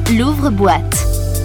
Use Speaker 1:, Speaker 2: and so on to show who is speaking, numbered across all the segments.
Speaker 1: L'ouvre-boîte.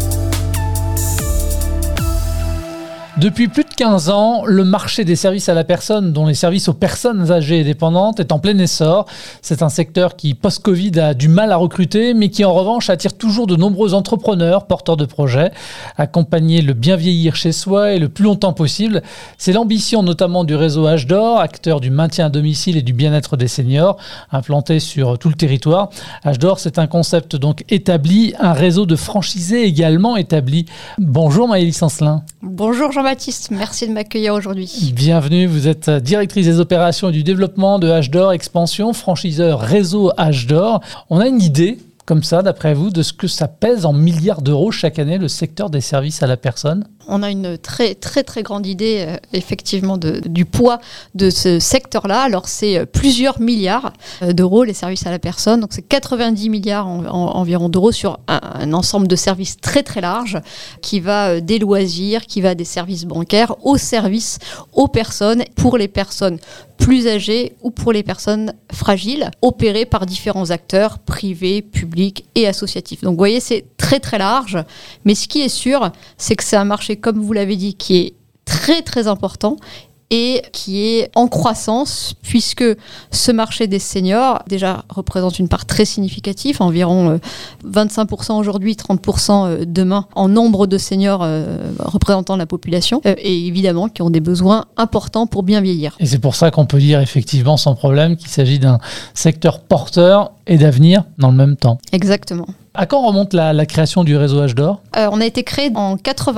Speaker 2: Depuis plus de 15 ans, le marché des services à la personne, dont les services aux personnes âgées et dépendantes, est en plein essor. C'est un secteur qui, post-Covid, a du mal à recruter, mais qui en revanche attire toujours de nombreux entrepreneurs, porteurs de projets. Accompagner le bien vieillir chez soi et le plus longtemps possible, c'est l'ambition notamment du réseau Âge d'Or, acteur du maintien à domicile et du bien-être des seniors, implanté sur tout le territoire. Âge d'Or, c'est un concept donc établi, un réseau de franchisés également établi. Bonjour Maëlys Ancelin.
Speaker 3: Bonjour Jean-Baptiste, merci de m'accueillir aujourd'hui.
Speaker 2: Bienvenue, vous êtes directrice des opérations et du développement de Âge d'Or Expansion, franchiseur réseau Âge d'Or. On a une idée, comme ça, d'après vous, de ce que ça pèse en milliards d'euros chaque année, le secteur des services à la personne ?
Speaker 3: On a une très grande idée effectivement du poids de ce secteur-là. Alors c'est plusieurs milliards d'euros les services à la personne. Donc c'est 90 milliards environ d'euros sur un ensemble de services très large qui va des loisirs, qui va des services bancaires aux services aux personnes, pour les personnes plus âgées ou pour les personnes fragiles, opérées par différents acteurs privés, publics et associatifs. Donc vous voyez, c'est très large. Mais ce qui est sûr, c'est que c'est un marché, comme vous l'avez dit, qui est très important et qui est en croissance, puisque ce marché des seniors déjà représente une part très significative, environ 25% aujourd'hui, 30% demain, en nombre de seniors représentant la population, et évidemment qui ont des besoins importants pour bien vieillir.
Speaker 2: Et c'est pour ça qu'on peut dire effectivement sans problème qu'il s'agit d'un secteur porteur et d'avenir dans le même temps.
Speaker 3: Exactement.
Speaker 2: À quand remonte la création du réseau Âge d'Or ?
Speaker 3: On a été créé en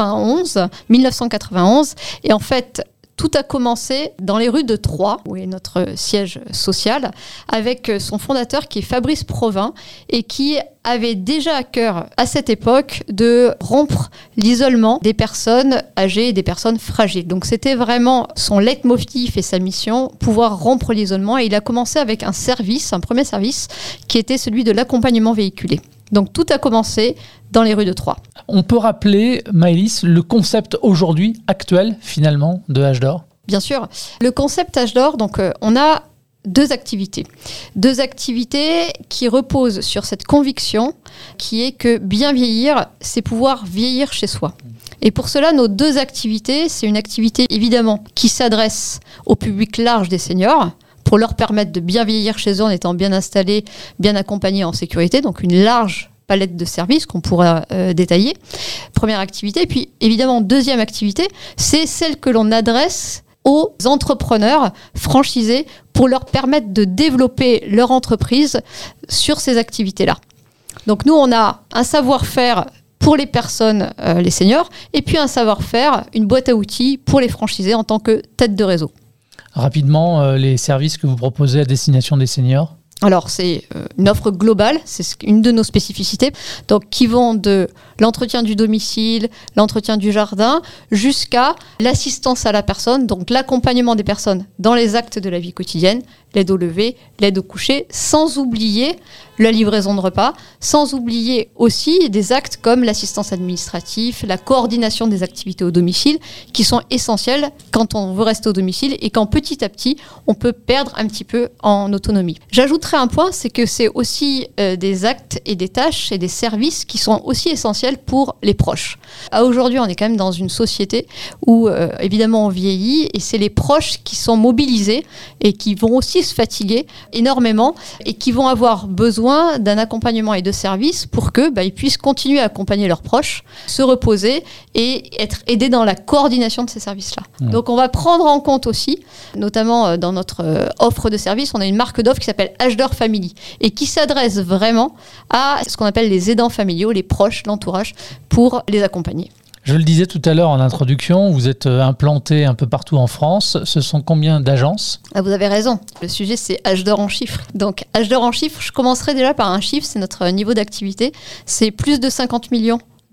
Speaker 3: 1991, et en fait, tout a commencé dans les rues de Troyes, où est notre siège social, avec son fondateur qui est Fabrice Provin et qui avait déjà à cœur à cette époque de rompre l'isolement des personnes âgées et des personnes fragiles. Donc c'était vraiment son leitmotiv et sa mission, pouvoir rompre l'isolement. Et il a commencé avec un premier service, qui était celui de l'accompagnement véhiculé. Donc tout a commencé dans les rues de Troyes.
Speaker 2: On peut rappeler, Maëlys, le concept aujourd'hui, actuel finalement, de Âge d'Or ?
Speaker 3: Bien sûr. Le concept Âge d'Or, donc on a deux activités. Deux activités qui reposent sur cette conviction qui est que bien vieillir, c'est pouvoir vieillir chez soi. Et pour cela, nos deux activités, c'est une activité évidemment qui s'adresse au public large des seniors, pour leur permettre de bien vieillir chez eux en étant bien installés, bien accompagnés en sécurité, donc une large palette de services qu'on pourra détailler. Première activité. Et puis évidemment, deuxième activité, c'est celle que l'on adresse aux entrepreneurs franchisés pour leur permettre de développer leur entreprise sur ces activités-là. Donc nous, on a un savoir-faire pour les personnes, les seniors, et puis un savoir-faire, une boîte à outils pour les franchisés en tant que tête de réseau.
Speaker 2: Rapidement, les services que vous proposez à destination des seniors ?
Speaker 3: Alors, c'est une offre globale, c'est une de nos spécificités, donc qui vont de l'entretien du domicile, l'entretien du jardin, jusqu'à l'assistance à la personne, donc l'accompagnement des personnes dans les actes de la vie quotidienne, l'aide au lever, l'aide au coucher, sans oublier la livraison de repas, sans oublier aussi des actes comme l'assistance administrative, la coordination des activités au domicile, qui sont essentielles quand on veut rester au domicile et quand petit à petit, on peut perdre un petit peu en autonomie. J'ajouterai un point, c'est que c'est aussi des actes et des tâches et des services qui sont aussi essentiels pour les proches. Aujourd'hui, on est quand même dans une société où, évidemment, on vieillit et c'est les proches qui sont mobilisés et qui vont aussi se fatiguer énormément et qui vont avoir besoin d'un accompagnement et de services pour que ils puissent continuer à accompagner leurs proches, se reposer et être aidés dans la coordination de ces services-là. Donc on va prendre en compte aussi, notamment dans notre offre de services, on a une marque d'offre qui s'appelle Âge d'Or Family et qui s'adresse vraiment à ce qu'on appelle les aidants familiaux, les proches, l'entourage, pour les accompagner.
Speaker 2: Je le disais tout à l'heure en introduction, vous êtes implanté un peu partout en France. Ce sont combien d'agences ?
Speaker 3: Vous avez raison. Le sujet, c'est Âge d'Or en chiffres. Donc, Âge d'Or en chiffres, je commencerai déjà par un chiffre, c'est notre niveau d'activité. C'est plus de 50 millions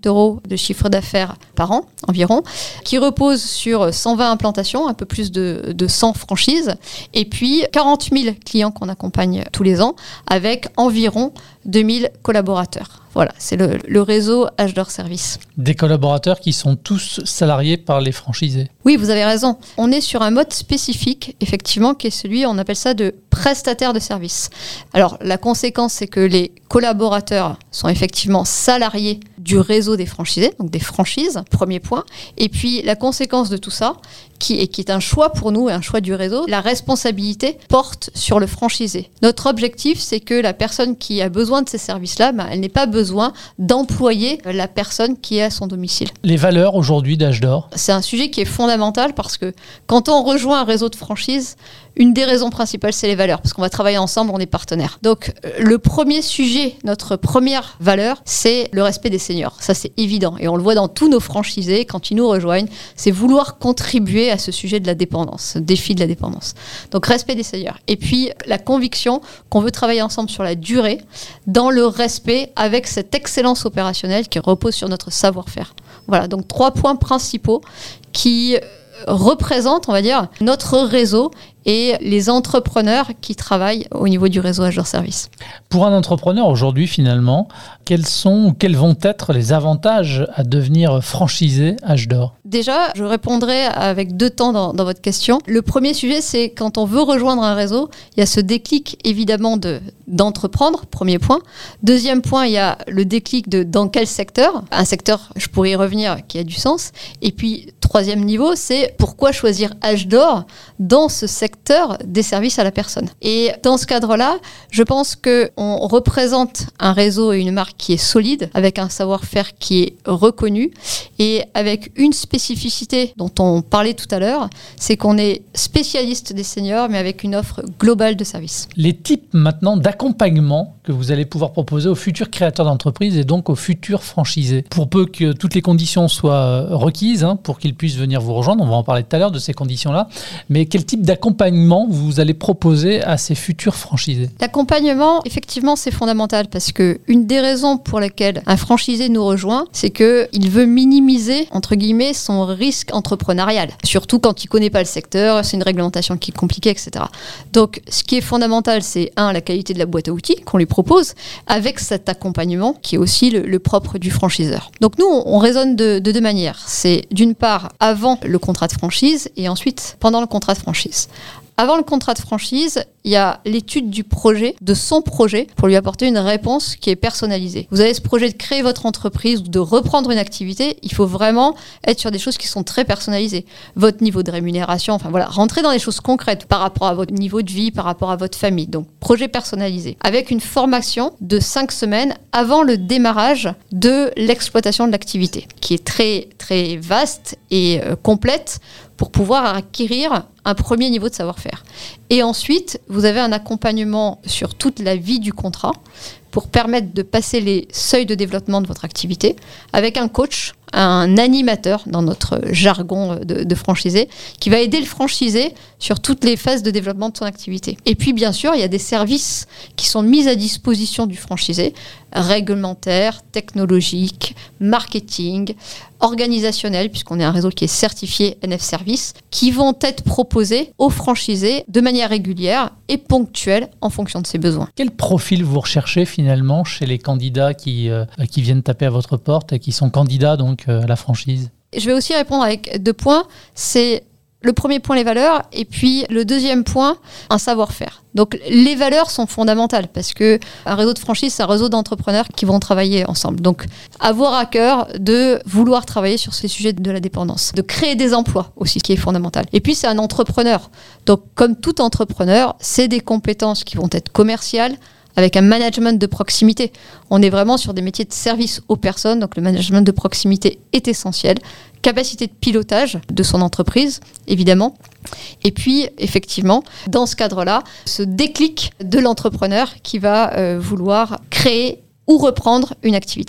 Speaker 3: d'euros de chiffre d'affaires par an environ, qui repose sur 120 implantations, un peu plus de 100 franchises, et puis 40 000 clients qu'on accompagne tous les ans, avec environ 2000 collaborateurs. Voilà, c'est le réseau H2R Service.
Speaker 2: Des collaborateurs qui sont tous salariés par les franchisés.
Speaker 3: Oui, vous avez raison. On est sur un mode spécifique, effectivement, qui est celui, on appelle ça de prestataire de service. Alors, la conséquence, c'est que les collaborateurs sont effectivement salariés du réseau des franchisés, donc des franchises, premier point. Et puis, la conséquence de tout ça, qui est un choix pour nous et un choix du réseau, la responsabilité porte sur le franchisé. Notre objectif, c'est que la personne qui a besoin de ces services-là, elle n'ait pas besoin d'employer la personne qui est à son domicile.
Speaker 2: Les valeurs aujourd'hui d'H2R ?
Speaker 3: C'est un sujet qui est fondamental parce que quand on rejoint un réseau de franchise, une des raisons principales, c'est les valeurs, parce qu'on va travailler ensemble, on est partenaires. Donc, le premier sujet, notre première valeur, c'est le respect des seniors. Ça, c'est évident. Et on le voit dans tous nos franchisés, quand ils nous rejoignent, c'est vouloir contribuer à ce sujet de la dépendance, ce défi de la dépendance. Donc, respect des seniors. Et puis, la conviction qu'on veut travailler ensemble sur la durée, dans le respect, avec cette excellence opérationnelle qui repose sur notre savoir-faire. Voilà, donc 3 points principaux qui représentent, on va dire, notre réseau et les entrepreneurs qui travaillent au niveau du réseau H2R Service.
Speaker 2: Pour un entrepreneur aujourd'hui, finalement, quels vont être les avantages à devenir franchisé H2R ?
Speaker 3: Déjà, je répondrai avec 2 temps dans votre question. Le premier sujet, c'est quand on veut rejoindre un réseau, il y a ce déclic évidemment d'entreprendre, premier point. Deuxième point, il y a le déclic de dans quel secteur. Un secteur, je pourrais y revenir, qui a du sens. Et puis, troisième niveau, c'est pourquoi choisir H2R dans ce secteur des services à la personne. Et dans ce cadre-là, je pense qu'on représente un réseau et une marque qui est solide, avec un savoir-faire qui est reconnu et avec une spécificité dont on parlait tout à l'heure, c'est qu'on est spécialiste des seniors, mais avec une offre globale de services.
Speaker 2: Les types maintenant d'accompagnement que vous allez pouvoir proposer aux futurs créateurs d'entreprise et donc aux futurs franchisés, pour peu que toutes les conditions soient requises pour qu'ils puissent venir vous rejoindre, on va en parler tout à l'heure de ces conditions-là, mais quel type d'accompagnement vous allez proposer à ces futurs franchisés ?
Speaker 3: L'accompagnement, effectivement, c'est fondamental parce que une des raisons pour lesquelles un franchisé nous rejoint, c'est qu'il veut minimiser, entre guillemets, son risque entrepreneurial. Surtout quand il ne connaît pas le secteur, c'est une réglementation qui est compliquée, etc. Donc, ce qui est fondamental, c'est la qualité de la boîte à outils qu'on lui propose, avec cet accompagnement qui est aussi le propre du franchiseur. Donc, nous, on raisonne de 2 manières. C'est d'une part avant le contrat de franchise et ensuite pendant le contrat de franchise. Avant le contrat de franchise, il y a l'étude du projet, de son projet, pour lui apporter une réponse qui est personnalisée. Vous avez ce projet de créer votre entreprise ou de reprendre une activité, il faut vraiment être sur des choses qui sont très personnalisées. Votre niveau de rémunération, rentrer dans des choses concrètes par rapport à votre niveau de vie, par rapport à votre famille. Donc, projet personnalisé. Avec une formation de 5 semaines avant le démarrage de l'exploitation de l'activité, qui est très, très vaste et complète pour pouvoir acquérir un premier niveau de savoir-faire. Et ensuite, vous avez un accompagnement sur toute la vie du contrat pour permettre de passer les seuils de développement de votre activité avec un coach, un animateur dans notre jargon de franchisé, qui va aider le franchisé sur toutes les phases de développement de son activité. Et puis, bien sûr, il y a des services qui sont mis à disposition du franchisé, réglementaires, technologiques, marketing, organisationnels, puisqu'on est un réseau qui est certifié NF Service, qui vont être proposés aux franchisés de manière régulière et ponctuelle en fonction de ses besoins.
Speaker 2: Quel profil vous recherchez finalement chez les candidats qui viennent taper à votre porte et qui sont candidats donc à la franchise ?
Speaker 3: Je vais aussi répondre avec 2 points. C'est le premier point, les valeurs, et puis le deuxième point, un savoir-faire. Donc les valeurs sont fondamentales parce que un réseau de franchise, c'est un réseau d'entrepreneurs qui vont travailler ensemble. Donc avoir à cœur de vouloir travailler sur ces sujets de la dépendance, de créer des emplois aussi, ce qui est fondamental. Et puis c'est un entrepreneur. Donc comme tout entrepreneur, c'est des compétences qui vont être commerciales, avec un management de proximité. On est vraiment sur des métiers de service aux personnes, donc le management de proximité est essentiel. Capacité de pilotage de son entreprise, évidemment. Et puis, effectivement, dans ce cadre-là, ce déclic de l'entrepreneur qui va vouloir créer ou reprendre une activité.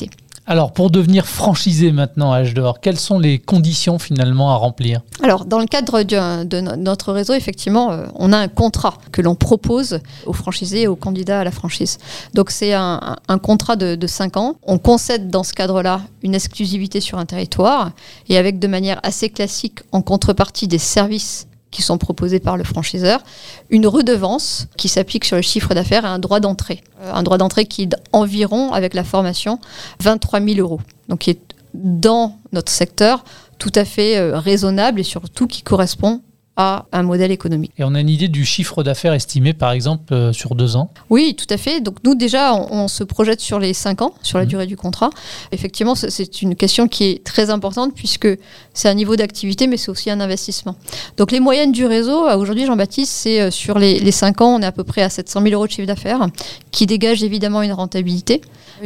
Speaker 2: Alors, pour devenir franchisé maintenant à H-D'Or, quelles sont les conditions finalement à remplir ?
Speaker 3: Alors, dans le cadre de notre réseau, effectivement, on a un contrat que l'on propose aux franchisés et aux candidats à la franchise. Donc, c'est un contrat de 5 ans. On concède dans ce cadre-là une exclusivité sur un territoire et avec de manière assez classique, en contrepartie des services qui sont proposés par le franchiseur, une redevance qui s'applique sur le chiffre d'affaires et un droit d'entrée. Un droit d'entrée qui est d'environ, avec la formation, 23 000 €. Donc, qui est dans notre secteur tout à fait raisonnable et surtout qui correspond à un modèle économique.
Speaker 2: Et on a une idée du chiffre d'affaires estimé, par exemple, sur 2 ans ?
Speaker 3: Oui, tout à fait. Donc nous, déjà, on se projette sur les 5 ans, sur la durée du contrat. Effectivement, c'est une question qui est très importante puisque c'est un niveau d'activité, mais c'est aussi un investissement. Donc les moyennes du réseau, aujourd'hui, Jean-Baptiste, c'est sur les 5 ans, on est à peu près à 700 000 € de chiffre d'affaires, qui dégage évidemment une rentabilité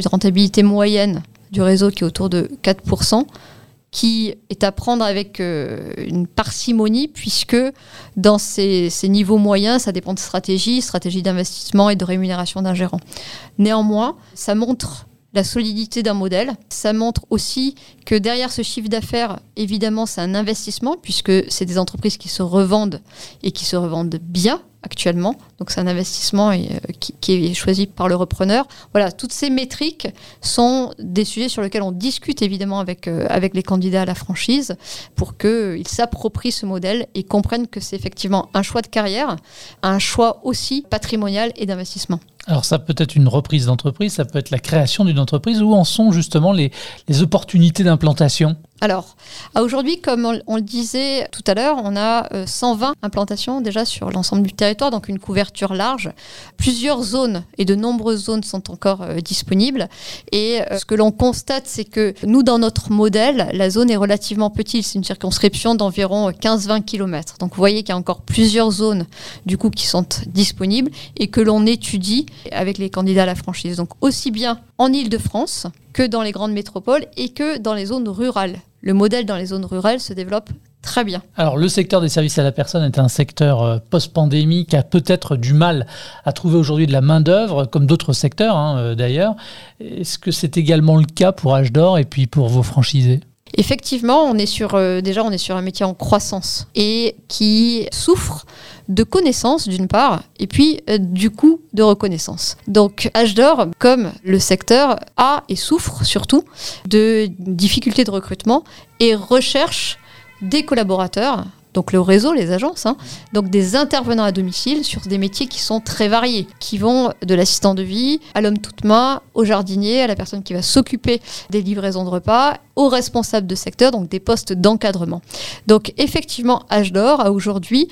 Speaker 3: moyenne du réseau qui est autour de 4%. Qui est à prendre avec une parcimonie, puisque dans ces niveaux moyens, ça dépend de stratégie d'investissement et de rémunération d'un gérant. Néanmoins, ça montre la solidité d'un modèle. Ça montre aussi que derrière ce chiffre d'affaires, évidemment, c'est un investissement, puisque c'est des entreprises qui se revendent et qui se revendent bien actuellement. Donc c'est un investissement qui est choisi par le repreneur. Voilà, toutes ces métriques sont des sujets sur lesquels on discute évidemment avec les candidats à la franchise pour qu'ils s'approprient ce modèle et comprennent que c'est effectivement un choix de carrière, un choix aussi patrimonial et d'investissement.
Speaker 2: Alors ça peut être une reprise d'entreprise, ça peut être la création d'une entreprise. Où en sont justement les opportunités d'implantation ?
Speaker 3: Alors, aujourd'hui, comme on le disait tout à l'heure, on a 120 implantations déjà sur l'ensemble du territoire, donc une couverture large. Plusieurs zones et de nombreuses zones sont encore disponibles. Et ce que l'on constate, c'est que nous, dans notre modèle, la zone est relativement petite. C'est une circonscription d'environ 15-20 km. Donc, vous voyez qu'il y a encore plusieurs zones du coup qui sont disponibles et que l'on étudie avec les candidats à la franchise. Donc, aussi bien en Île-de-France que dans les grandes métropoles et que dans les zones rurales. Le modèle dans les zones rurales se développe très bien.
Speaker 2: Alors, le secteur des services à la personne est un secteur post-pandémie qui a peut-être du mal à trouver aujourd'hui de la main-d'œuvre, comme d'autres secteurs d'ailleurs. Est-ce que c'est également le cas pour H-D'Or et puis pour vos franchisés ?
Speaker 3: Effectivement, on est sur un métier en croissance et qui souffre de connaissances d'une part et puis du coût de reconnaissance. Donc H-D'Or, comme le secteur, a et souffre surtout de difficultés de recrutement et recherche des collaborateurs. Donc le réseau, les agences, donc des intervenants à domicile sur des métiers qui sont très variés, qui vont de l'assistant de vie à l'homme toute main, au jardinier, à la personne qui va s'occuper des livraisons de repas, au responsable de secteur, donc des postes d'encadrement. Donc effectivement, H-D'Or a aujourd'hui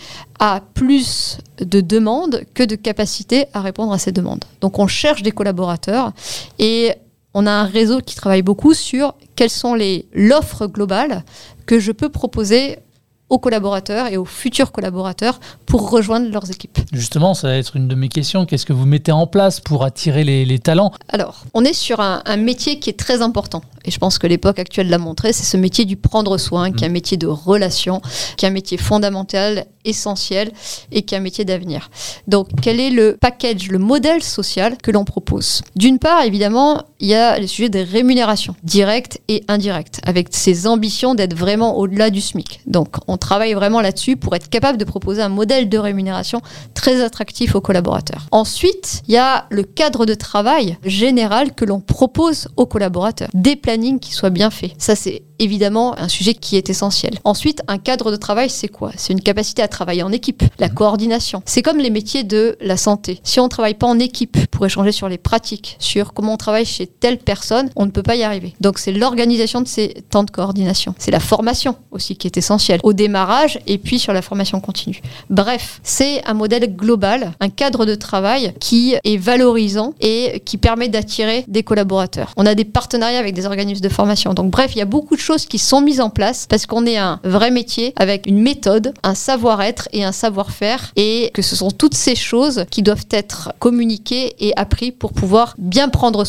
Speaker 3: plus de demandes que de capacité à répondre à ces demandes. Donc on cherche des collaborateurs et on a un réseau qui travaille beaucoup sur quelles sont l'offre globale que je peux proposer aux collaborateurs et aux futurs collaborateurs pour rejoindre leurs équipes.
Speaker 2: Justement, ça va être une de mes questions. Qu'est-ce que vous mettez en place pour attirer les talents ?
Speaker 3: Alors, on est sur un métier qui est très important. Et je pense que l'époque actuelle l'a montré. C'est ce métier du prendre soin, qui est un métier de relation, qui est un métier fondamental, essentiel et qui est un métier d'avenir. Donc, quel est le package, le modèle social que l'on propose ? D'une part, évidemment, il y a le sujet des rémunérations, directes et indirectes, avec ces ambitions d'être vraiment au-delà du SMIC. Donc, on travaille vraiment là-dessus pour être capable de proposer un modèle de rémunération très attractif aux collaborateurs. Ensuite, il y a le cadre de travail général que l'on propose aux collaborateurs. Des plannings qui soient bien faits. Ça, c'est évidemment un sujet qui est essentiel. Ensuite, un cadre de travail, c'est quoi ? C'est une capacité à travailler en équipe, la coordination. C'est comme les métiers de la santé. Si on ne travaille pas en équipe pour échanger sur les pratiques, sur comment on travaille chez telle personne, on ne peut pas y arriver. Donc, c'est l'organisation de ces temps de coordination. C'est la formation aussi qui est essentielle au démarrage et puis sur la formation continue. Bref, c'est un modèle global, un cadre de travail qui est valorisant et qui permet d'attirer des collaborateurs. On a des partenariats avec des organismes de formation. Donc, bref, il y a beaucoup de choses qui sont mises en place parce qu'on est un vrai métier avec une méthode, un savoir-être et un savoir-faire et que ce sont toutes ces choses qui doivent être communiquées et apprises pour pouvoir bien prendre soin des personnes.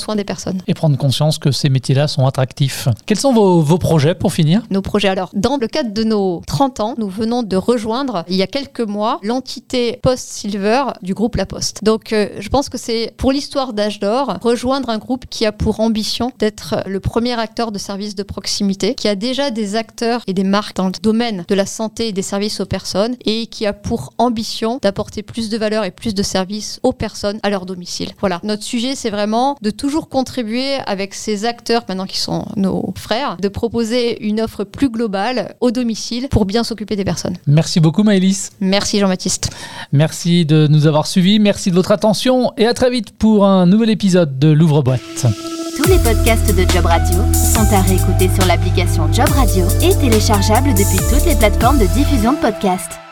Speaker 3: personnes.
Speaker 2: Et prendre conscience que ces métiers-là sont attractifs. Quels sont vos projets pour finir ?
Speaker 3: Nos projets, alors, dans le cadre de nos 30 ans, nous venons de rejoindre, il y a quelques mois, l'entité Post-Silver du groupe La Poste. Donc, je pense que c'est, pour l'histoire d'Âge d'Or, rejoindre un groupe qui a pour ambition d'être le premier acteur de services de proximité, qui a déjà des acteurs et des marques dans le domaine de la santé et des services aux personnes, et qui a pour ambition d'apporter plus de valeur et plus de services aux personnes à leur domicile. Voilà. Notre sujet, c'est vraiment de toujours contribuer avec ces acteurs, maintenant qui sont nos frères, de proposer une offre plus globale au domicile pour bien s'occuper des personnes.
Speaker 2: Merci beaucoup Maëlys.
Speaker 3: Merci Jean-Baptiste.
Speaker 2: Merci de nous avoir suivis, merci de votre attention et à très vite pour un nouvel épisode de l'Ouvre-boîte.
Speaker 1: Tous les podcasts de Job Radio sont à réécouter sur l'application Job Radio et téléchargeables depuis toutes les plateformes de diffusion de podcasts.